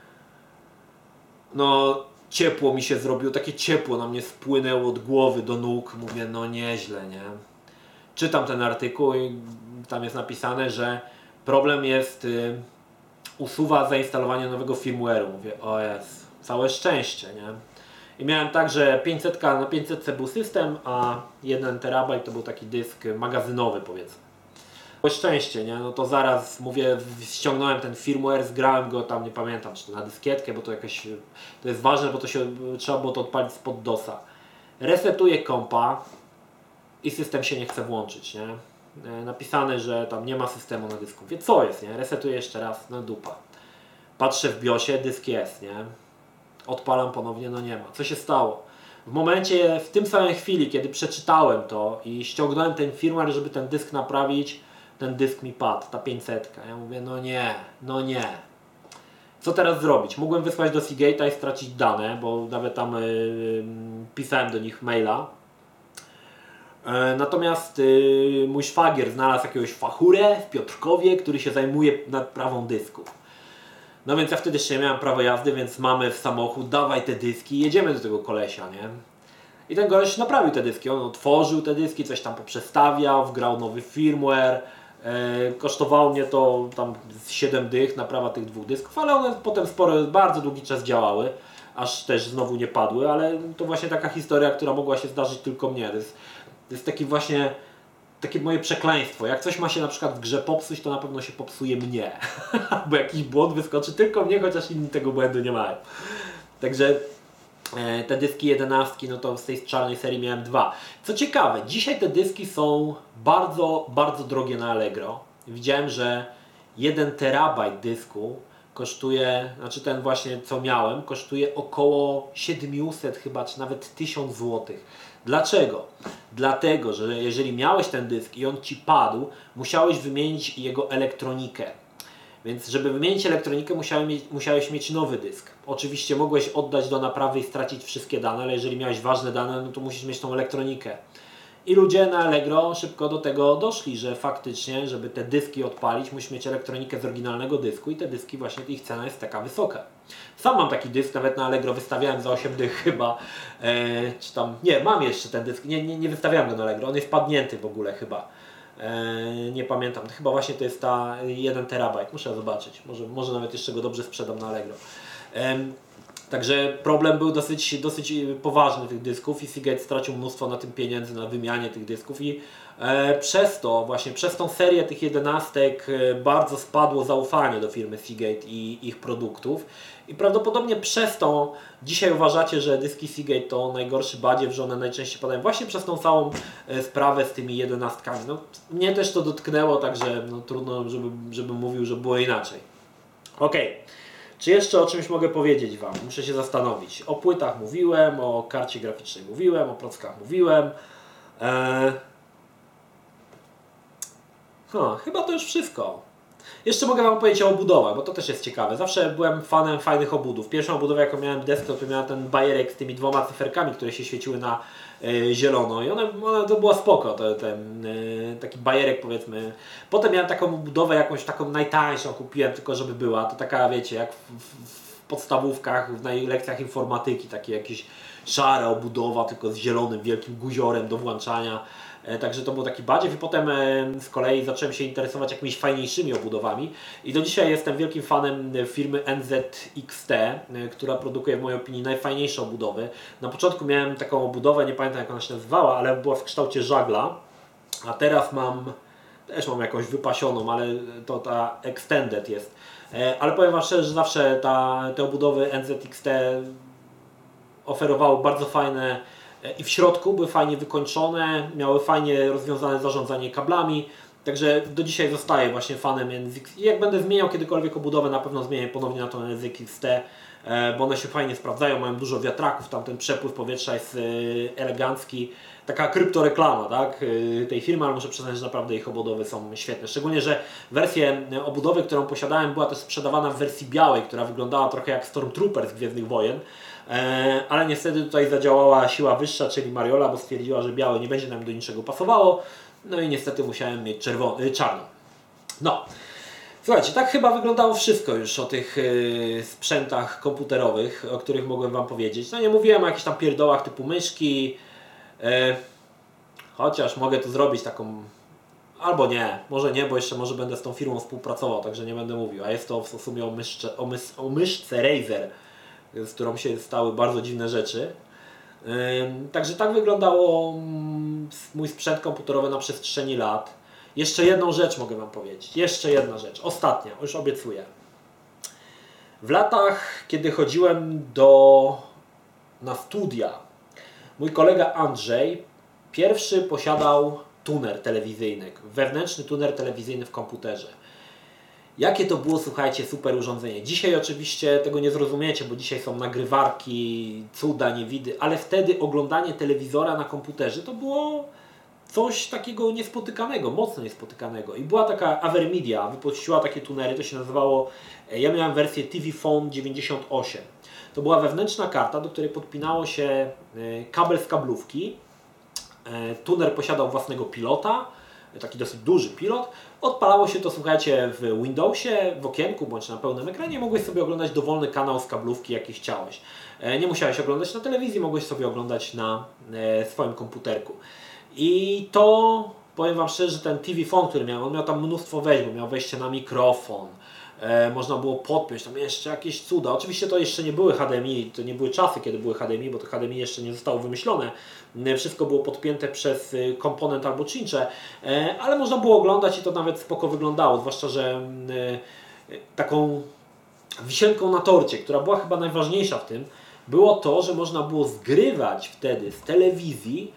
No, ciepło mi się zrobiło, takie ciepło na mnie spłynęło od głowy do nóg. Mówię, no nieźle, nie? Czytam ten artykuł i tam jest napisane, że problem jest... Yy, usuwa zainstalowanie nowego firmware'u. Mówię, o jest, całe szczęście, nie? I miałem tak, że pięćset, na pięćset był system, a jeden terabajt to był taki dysk magazynowy, powiedzmy. Całe szczęście, nie? No to zaraz, mówię, ściągnąłem ten firmware, zgrałem go tam, nie pamiętam, czy to na dyskietkę, bo to jakoś, to jest ważne, bo to się, trzeba było to odpalić spod dosa. Resetuję kompa i system się nie chce włączyć, nie? Napisane, że tam nie ma systemu na dysku. Wie co jest, nie? Resetuję jeszcze raz, no dupa. Patrzę w biosie, dysk jest, nie? Odpalam ponownie, no nie ma. Co się stało? W momencie, w tym samej chwili, kiedy przeczytałem to i ściągnąłem ten firmware, żeby ten dysk naprawić, ten dysk mi padł, ta pięćset. Ja mówię, no nie, no nie. Co teraz zrobić? Mogłem wysłać do Seagate'a i stracić dane, bo nawet tam yy, pisałem do nich maila. Natomiast yy, mój szwagier znalazł jakiegoś fachurę w Piotrkowie, który się zajmuje naprawą dysków. No więc ja wtedy jeszcze nie miałem prawa jazdy, więc mamy w samochód, dawaj te dyski, jedziemy do tego kolesia, nie? I ten gość naprawił te dyski, on otworzył te dyski, coś tam poprzestawiał, wgrał nowy firmware. Yy, kosztowało mnie to tam siedem dych, naprawa tych dwóch dysków, ale one potem sporo, bardzo długi czas działały, aż też znowu nie padły, ale to właśnie taka historia, która mogła się zdarzyć tylko mnie. To jest, to jest taki właśnie takie moje przekleństwo. Jak coś ma się na przykład w grze popsuć, to na pewno się popsuje mnie. Bo jakiś błąd wyskoczy tylko mnie, chociaż inni tego błędu nie mają. Także e, te dyski jedenastki, no to z tej czarnej serii miałem dwa. Co ciekawe, dzisiaj te dyski są bardzo, bardzo drogie na Allegro. Widziałem, że jeden terabajt dysku kosztuje, znaczy ten właśnie co miałem, kosztuje około siedemset chyba, czy nawet tysiąc złotych. Dlaczego? Dlatego, że jeżeli miałeś ten dysk i on Ci padł, musiałeś wymienić jego elektronikę. Więc żeby wymienić elektronikę, musiałeś mieć, musiałeś mieć nowy dysk. Oczywiście mogłeś oddać do naprawy i stracić wszystkie dane, ale jeżeli miałeś ważne dane, no to musisz mieć tą elektronikę. I ludzie na Allegro szybko do tego doszli, że faktycznie, żeby te dyski odpalić, musisz mieć elektronikę z oryginalnego dysku i te dyski właśnie, ich cena jest taka wysoka. Sam mam taki dysk, nawet na Allegro wystawiałem za osiem dych chyba, e, czy tam, nie, mam jeszcze ten dysk, nie, nie, nie wystawiałem go na Allegro, on jest padnięty w ogóle chyba. Nie pamiętam, chyba właśnie to jest ta jeden terabajt, muszę zobaczyć, może, może nawet jeszcze go dobrze sprzedam na Allegro. Także problem był dosyć, dosyć poważny tych dysków i Seagate stracił mnóstwo na tym pieniędzy, na wymianie tych dysków i e, przez to, właśnie przez tą serię tych jedenastek e, bardzo spadło zaufanie do firmy Seagate i ich produktów i prawdopodobnie przez to dzisiaj uważacie, że dyski Seagate to najgorszy badziew, że one najczęściej padają właśnie przez tą całą e, sprawę z tymi jedenastkami. No, mnie też to dotknęło, także no, trudno, żeby, żeby mówił, że było inaczej. Okej. Okay. Czy jeszcze o czymś mogę powiedzieć Wam? Muszę się zastanowić. O płytach mówiłem, o karcie graficznej mówiłem, o prockach mówiłem. Eee... No, chyba to już wszystko. Jeszcze mogę Wam powiedzieć o obudowach, bo to też jest ciekawe. Zawsze byłem fanem fajnych obudów. Pierwszą obudowę, jaką miałem desktop, to miałem ten bajerek z tymi dwoma cyferkami, które się świeciły na e, zielono. I one, one to była spoko, to, ten e, taki bajerek powiedzmy. Potem miałem taką obudowę, jakąś taką najtańszą kupiłem, tylko żeby była. To taka, wiecie, jak w, w, w podstawówkach, w lekcjach informatyki, takie jakieś szara obudowa, tylko z zielonym, wielkim guziorem do włączania. Także to był taki badziew i potem z kolei zacząłem się interesować jakimiś fajniejszymi obudowami i do dzisiaj jestem wielkim fanem firmy N Z X T, która produkuje w mojej opinii najfajniejsze obudowy. Na początku miałem taką obudowę, nie pamiętam jak ona się nazywała, ale była w kształcie żagla, a teraz mam, też mam jakąś wypasioną, ale to ta Extended jest. Ale powiem Wam szczerze, że zawsze ta, te obudowy N Z X T oferowały bardzo fajne i w środku były fajnie wykończone, miały fajnie rozwiązane zarządzanie kablami, także do dzisiaj zostaję właśnie fanem N Z X T. I jak będę zmieniał kiedykolwiek obudowę, na pewno zmienię ponownie na tą N Z X T, bo one się fajnie sprawdzają, mają dużo wiatraków, tam ten przepływ powietrza jest elegancki. Taka kryptoreklama, tak, tej firmy, ale muszę przyznać, że naprawdę ich obudowy są świetne. Szczególnie, że wersję obudowy, którą posiadałem, była też sprzedawana w wersji białej, która wyglądała trochę jak Stormtrooper z Gwiezdnych Wojen. Ale niestety tutaj zadziałała siła wyższa, czyli Mariola, bo stwierdziła, że białe nie będzie nam do niczego pasowało. No i niestety musiałem mieć czerwony, czarną. No. Słuchajcie, tak chyba wyglądało wszystko już o tych yy, sprzętach komputerowych, o których mogłem Wam powiedzieć. No nie mówiłem o jakichś tam pierdołach typu myszki, yy, chociaż mogę tu zrobić taką, albo nie, może nie, bo jeszcze może będę z tą firmą współpracował, także nie będę mówił. A jest to w sumie o, myszce, o, mys, o myszce Razer, z którą się stały bardzo dziwne rzeczy. Yy, także tak wyglądało mój sprzęt komputerowy na przestrzeni lat. Jeszcze jedną rzecz mogę Wam powiedzieć. Jeszcze jedna rzecz. Ostatnia, już obiecuję. W latach, kiedy chodziłem do, na studia, mój kolega Andrzej pierwszy posiadał tuner telewizyjny, wewnętrzny tuner telewizyjny w komputerze. Jakie to było, słuchajcie, super urządzenie. Dzisiaj oczywiście tego nie zrozumiecie, bo dzisiaj są nagrywarki, cuda, niewidy, ale wtedy oglądanie telewizora na komputerze to było coś takiego niespotykanego, mocno niespotykanego. I była taka Avermedia, wypuściła takie tunery, to się nazywało, ja miałem wersję T V Phone dziewięćdziesiąt osiem. To była wewnętrzna karta, do której podpinało się kabel z kablówki. Tuner posiadał własnego pilota, taki dosyć duży pilot. Odpalało się to, słuchajcie, w Windowsie, w okienku bądź na pełnym ekranie. Mogłeś sobie oglądać dowolny kanał z kablówki, jaki chciałeś. Nie musiałeś oglądać na telewizji, mogłeś sobie oglądać na swoim komputerku. I to, powiem Wam szczerze, że ten T V Phone, który miał, on miał tam mnóstwo wejść, bo miał wejście na mikrofon, e, można było podpiąć tam jeszcze jakieś cuda. Oczywiście to jeszcze nie były H D M I, to nie były czasy, kiedy były H D M I, bo to H D M I jeszcze nie zostało wymyślone. E, wszystko było podpięte przez e, komponent albo cincze, e, ale można było oglądać i to nawet spoko wyglądało, zwłaszcza, że e, taką wisienką na torcie, która była chyba najważniejsza w tym, było to, że można było zgrywać wtedy z telewizji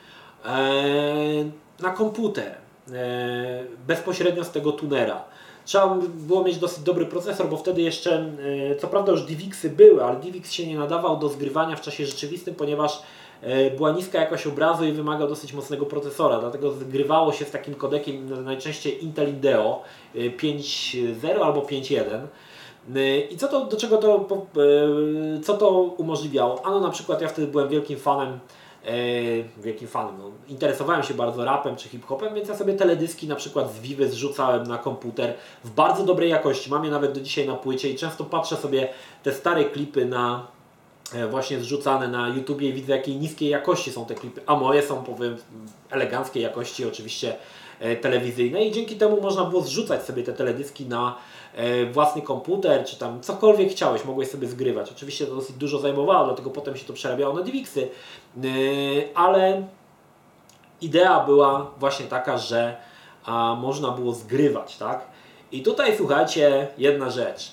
na komputer bezpośrednio z tego tunera. Trzeba było mieć dosyć dobry procesor, bo wtedy jeszcze, co prawda już D V X-y były, ale D V X się nie nadawał do zgrywania w czasie rzeczywistym, ponieważ była niska jakość obrazu i wymagał dosyć mocnego procesora, dlatego zgrywało się z takim kodekiem najczęściej Intel Indeo pięć zero albo pięć jeden. I co to, do czego to, co to umożliwiało? Ano na przykład ja wtedy byłem wielkim fanem Yy, wielkim fanem. No, interesowałem się bardzo rapem czy hip-hopem, więc ja sobie teledyski na przykład z Vivy zrzucałem na komputer w bardzo dobrej jakości. Mam je nawet do dzisiaj na płycie i często patrzę sobie te stare klipy na właśnie zrzucane na YouTubie i widzę, jakiej niskiej jakości są te klipy, a moje są, powiem, eleganckiej jakości, oczywiście telewizyjnej, i dzięki temu można było zrzucać sobie te teledyski na własny komputer, czy tam cokolwiek chciałeś, mogłeś sobie zgrywać. Oczywiście to dosyć dużo zajmowało, dlatego potem się to przerabiało na D V X-y, ale idea była właśnie taka, że a, można było zgrywać, tak? I tutaj słuchajcie, jedna rzecz.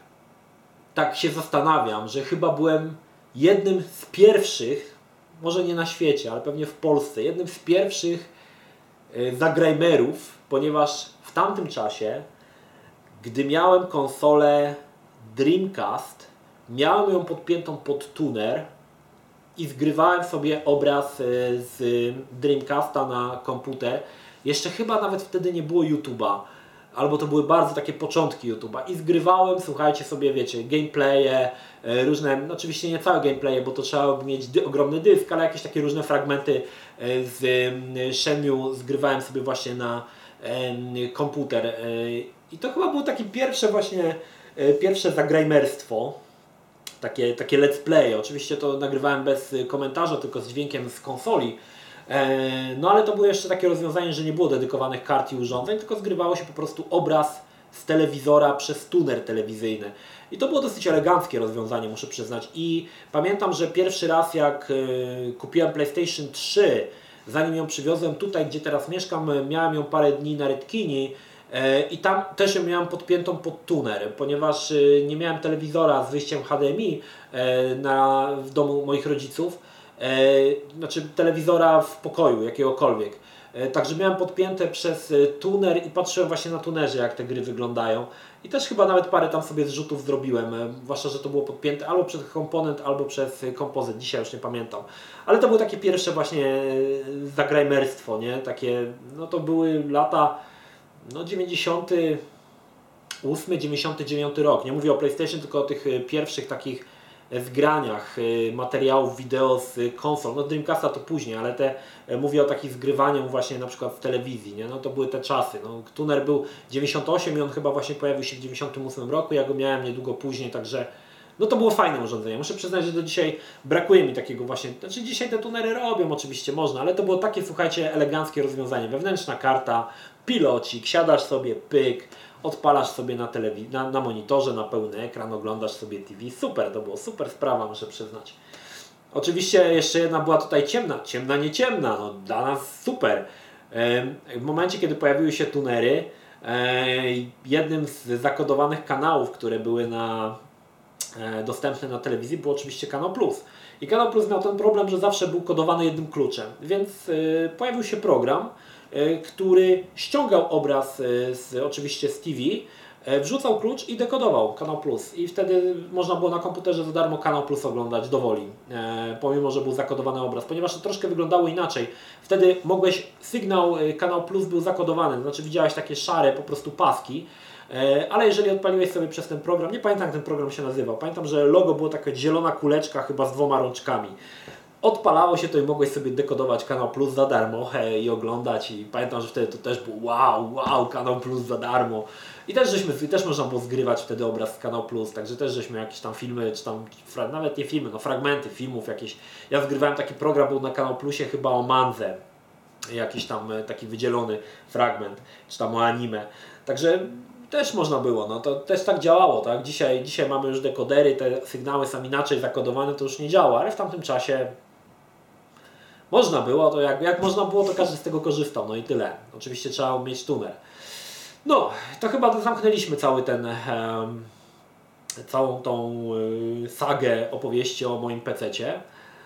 Tak się zastanawiam, że chyba byłem jednym z pierwszych, może nie na świecie, ale pewnie w Polsce, jednym z pierwszych y, zagrajmerów, ponieważ w tamtym czasie, gdy miałem konsolę Dreamcast, miałem ją podpiętą pod tuner i zgrywałem sobie obraz y, z Dreamcasta na komputer. Jeszcze chyba nawet wtedy nie było YouTube'a, albo to były bardzo takie początki YouTube'a, i zgrywałem, słuchajcie sobie, wiecie, gameplaye, różne, no oczywiście nie całe gameplaye, bo to trzeba by mieć dy, ogromny dysk, ale jakieś takie różne fragmenty z Shenmue zgrywałem sobie właśnie na e, komputer. E, I to chyba było takie pierwsze właśnie, e, pierwsze zagrajmerstwo, takie, takie let's play. Oczywiście to nagrywałem bez komentarza, tylko z dźwiękiem z konsoli. No ale to było jeszcze takie rozwiązanie, że nie było dedykowanych kart i urządzeń, tylko zgrywało się po prostu obraz z telewizora przez tuner telewizyjny. I to było dosyć eleganckie rozwiązanie, muszę przyznać. I pamiętam, że pierwszy raz jak kupiłem PlayStation trzy, zanim ją przywiozłem tutaj, gdzie teraz mieszkam, miałem ją parę dni na Redkini i tam też ją miałem podpiętą pod tuner, ponieważ nie miałem telewizora z wyjściem H D M I na, w domu moich rodziców. E, znaczy telewizora w pokoju jakiegokolwiek. E, także miałem podpięte przez tuner i patrzyłem właśnie na tunerze, jak te gry wyglądają. I też chyba nawet parę tam sobie zrzutów zrobiłem, e, zwłaszcza, że to było podpięte albo przez komponent, albo przez kompozyt. Dzisiaj już nie pamiętam. Ale to były takie pierwsze właśnie zagrajmerstwo, nie? Takie, no to były lata no dziewięćdziesiąty ósmy dziewięćdziesiąty dziewiąty rok. Nie mówię o PlayStation, tylko o tych pierwszych takich zgraniach materiałów wideo z konsol. No Dreamcasta to później, ale te, mówię o takich zgrywaniu właśnie na przykład z telewizji, nie? No to były te czasy. No, tuner był dziewięćdziesiąty ósmy i on chyba właśnie pojawił się w dziewięćdziesiątym ósmym roku, ja go miałem niedługo później, także no to było fajne urządzenie. Muszę przyznać, że do dzisiaj brakuje mi takiego właśnie, znaczy dzisiaj te tunery robią, oczywiście można, ale to było takie, słuchajcie, eleganckie rozwiązanie. Wewnętrzna karta, pilocik, siadasz sobie, pyk, odpalasz sobie na, telewiz- na, na monitorze, na pełny ekran, oglądasz sobie T V. Super, to było super sprawa, muszę przyznać. Oczywiście jeszcze jedna była tutaj ciemna, ciemna, nie ciemna, no dla nas super. W momencie, kiedy pojawiły się tunery, jednym z zakodowanych kanałów, które były na, dostępne na telewizji, był oczywiście Kanał Plus. I Kanał Plus miał ten problem, że zawsze był kodowany jednym kluczem, więc pojawił się program, który ściągał obraz z, oczywiście z T V, wrzucał klucz i dekodował Kanał Plus. I wtedy można było na komputerze za darmo Kanał Plus oglądać do woli, pomimo że był zakodowany obraz, ponieważ to troszkę wyglądało inaczej. Wtedy mogłeś, sygnał Kanał Plus był zakodowany, to znaczy widziałeś takie szare po prostu paski, ale jeżeli odpaliłeś sobie przez ten program, nie pamiętam jak ten program się nazywał, pamiętam, że logo było taka zielona kuleczka chyba z dwoma rączkami. Odpalało się to i mogłeś sobie dekodować Kanał Plus za darmo he, i oglądać, i pamiętam, że wtedy to też było wow, wow, Kanał Plus za darmo. I też żeśmy, też można było zgrywać wtedy obraz z Kanał Plus, także też żeśmy jakieś tam filmy, czy tam, nawet nie filmy, no fragmenty filmów jakieś. Ja zgrywałem taki program, był na Kanał Plusie chyba o mandze, jakiś tam taki wydzielony fragment, czy tam o anime. Także też można było, no to też tak działało, tak? Dzisiaj, dzisiaj mamy już dekodery, te sygnały są inaczej zakodowane, to już nie działa, ale w tamtym czasie można było, to jak, jak można było, to każdy z tego korzystał, no i tyle. Oczywiście trzeba mieć tuner. No, to chyba zamknęliśmy cały ten, um, całą tą y, sagę opowieści o moim pececie.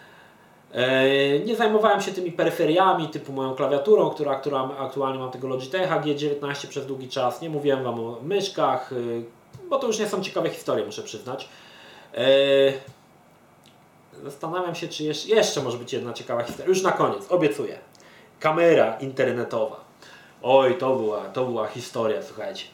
E, nie zajmowałem się tymi peryferiami, typu moją klawiaturą, która, która aktualnie mam tego Logitecha G dziewiętnaście przez długi czas. Nie mówiłem Wam o myszkach, y, bo to już nie są ciekawe historie, muszę przyznać. E, Zastanawiam się, czy jeszcze, jeszcze może być jedna ciekawa historia. Już na koniec, obiecuję. Kamera internetowa. Oj, to była, to była historia, słuchajcie.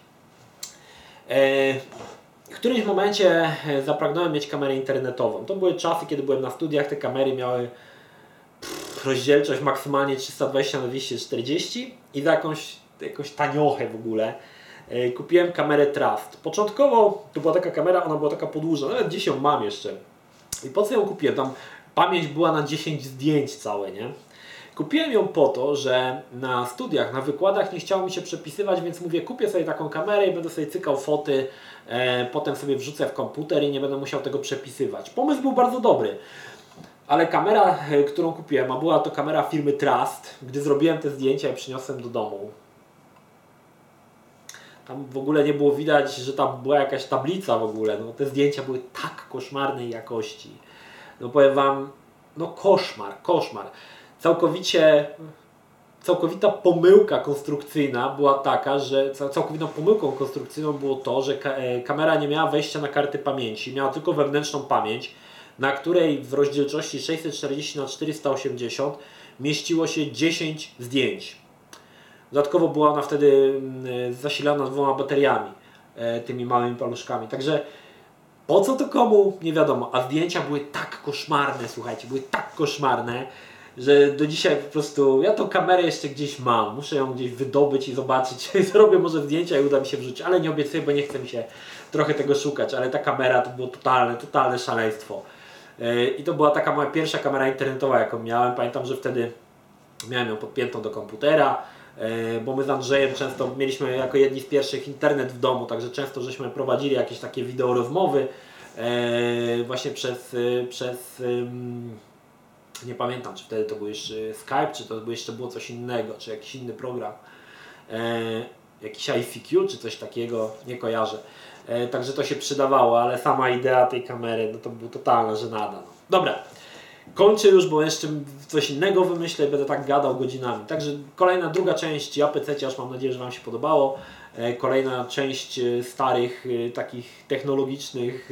E, w którymś momencie zapragnąłem mieć kamerę internetową. To były czasy, kiedy byłem na studiach, te kamery miały pff, rozdzielczość maksymalnie trzysta dwadzieścia na dwieście czterdzieści i za jakąś, jakąś taniochę w ogóle. E, kupiłem kamerę Trust. Początkowo to była taka kamera, ona była taka podłużna, nawet dziś ją mam jeszcze. I po co ją kupiłem? Tam pamięć była na dziesięć zdjęć całe, nie? Kupiłem ją po to, że na studiach, na wykładach nie chciało mi się przepisywać, więc mówię, kupię sobie taką kamerę i będę sobie cykał foty, e, potem sobie wrzucę w komputer i nie będę musiał tego przepisywać. Pomysł był bardzo dobry, ale kamera, e, którą kupiłem, a była to kamera firmy Trust, gdy zrobiłem te zdjęcia i przyniosłem do domu, tam w ogóle nie było widać, że tam była jakaś tablica w ogóle, no te zdjęcia były tak koszmarnej jakości. No powiem Wam, no koszmar, koszmar. Całkowicie, całkowita pomyłka konstrukcyjna była taka, że całkowitą pomyłką konstrukcyjną było to, że kamera nie miała wejścia na karty pamięci, miała tylko wewnętrzną pamięć, na której w rozdzielczości sześćset czterdzieści na czterysta osiemdziesiąt mieściło się dziesięć zdjęć. Dodatkowo była ona wtedy zasilana dwoma bateriami, tymi małymi paluszkami. Także po co to komu? Nie wiadomo. A zdjęcia były tak koszmarne, słuchajcie, były tak koszmarne, że do dzisiaj po prostu, ja tą kamerę jeszcze gdzieś mam, muszę ją gdzieś wydobyć i zobaczyć, zrobię może zdjęcia i uda mi się wrzucić, ale nie obiecuję, bo nie chce mi się trochę tego szukać, ale ta kamera to było totalne, totalne szaleństwo. I to była taka moja pierwsza kamera internetowa, jaką miałem. Pamiętam, że wtedy miałem ją podpiętą do komputera, bo my z Andrzejem często mieliśmy jako jedni z pierwszych internet w domu, także często żeśmy prowadzili jakieś takie wideo rozmowy właśnie przez, przez nie pamiętam, czy wtedy to był jeszcze Skype, czy to było jeszcze było coś innego, czy jakiś inny program, jakiś I C Q, czy coś takiego, nie kojarzę. Także to się przydawało, ale sama idea tej kamery, no to była totalna żenada. No. Dobra. Kończę już, bo jeszcze coś innego wymyślę i będę tak gadał godzinami. Także kolejna, druga część A P C, aż mam nadzieję, że Wam się podobało. Kolejna część starych, takich technologicznych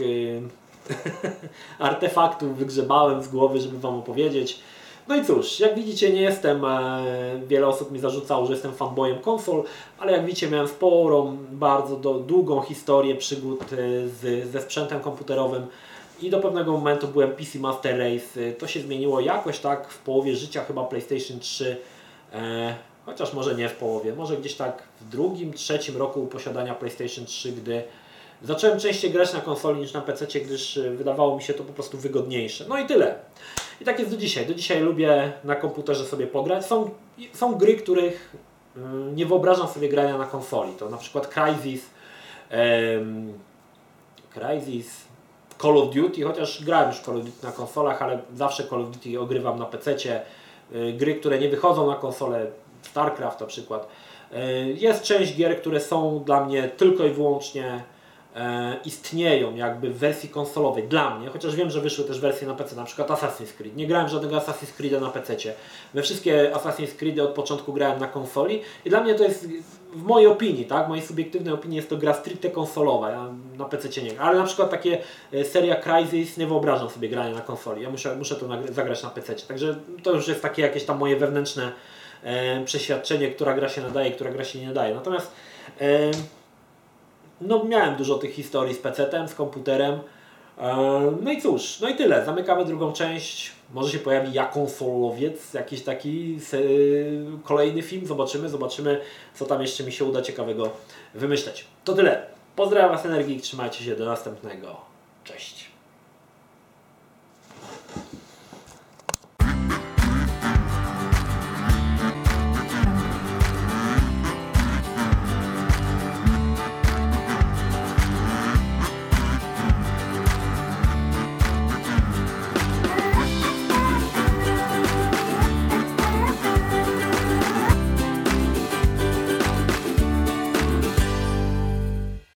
artefaktów wygrzebałem z głowy, żeby Wam opowiedzieć. No i cóż, jak widzicie, nie jestem, wiele osób mi zarzucało, że jestem fanboyem konsol, ale jak widzicie, miałem sporą, bardzo do, długą historię przygód z, ze sprzętem komputerowym. I do pewnego momentu byłem P C Master Race. To się zmieniło jakoś tak w połowie życia chyba PlayStation trzy, e, chociaż może nie w połowie, może gdzieś tak w drugim, trzecim roku posiadania PlayStation trzy, gdy zacząłem częściej grać na konsoli niż na P C, gdyż wydawało mi się to po prostu wygodniejsze. No i tyle. I tak jest do dzisiaj. Do dzisiaj lubię na komputerze sobie pograć. Są, są gry, których y, nie wyobrażam sobie grania na konsoli. To na przykład Crysis, em, Crysis, Call of Duty, chociaż grałem już Call of Duty na konsolach, ale zawsze Call of Duty ogrywam na pececie. Gry, które nie wychodzą na konsolę, StarCraft na przykład. Jest część gier, które są dla mnie tylko i wyłącznie e, istnieją jakby w wersji konsolowej, dla mnie, chociaż wiem, że wyszły też wersje na P C, na przykład Assassin's Creed. Nie grałem żadnego Assassin's Creed'a na pececie. We wszystkie Assassin's Creed'y od początku grałem na konsoli i dla mnie to jest, w mojej opinii, tak, w mojej subiektywnej opinii jest to gra stricte konsolowa, ja na pececie nie gram. Ale na przykład takie seria Crysis nie wyobrażam sobie grania na konsoli, ja muszę, muszę to zagrać na pececie, także to już jest takie jakieś tam moje wewnętrzne e, przeświadczenie, która gra się nadaje, która gra się nie nadaje. Natomiast e, no miałem dużo tych historii z pecetem, z komputerem. No i cóż, no i tyle. Zamykamy drugą część. Może się pojawi ja konsolowiec, jakiś taki kolejny film. Zobaczymy, zobaczymy, co tam jeszcze mi się uda ciekawego wymyśleć. To tyle. Pozdrawiam Was, Energii, trzymajcie się, do następnego. Cześć.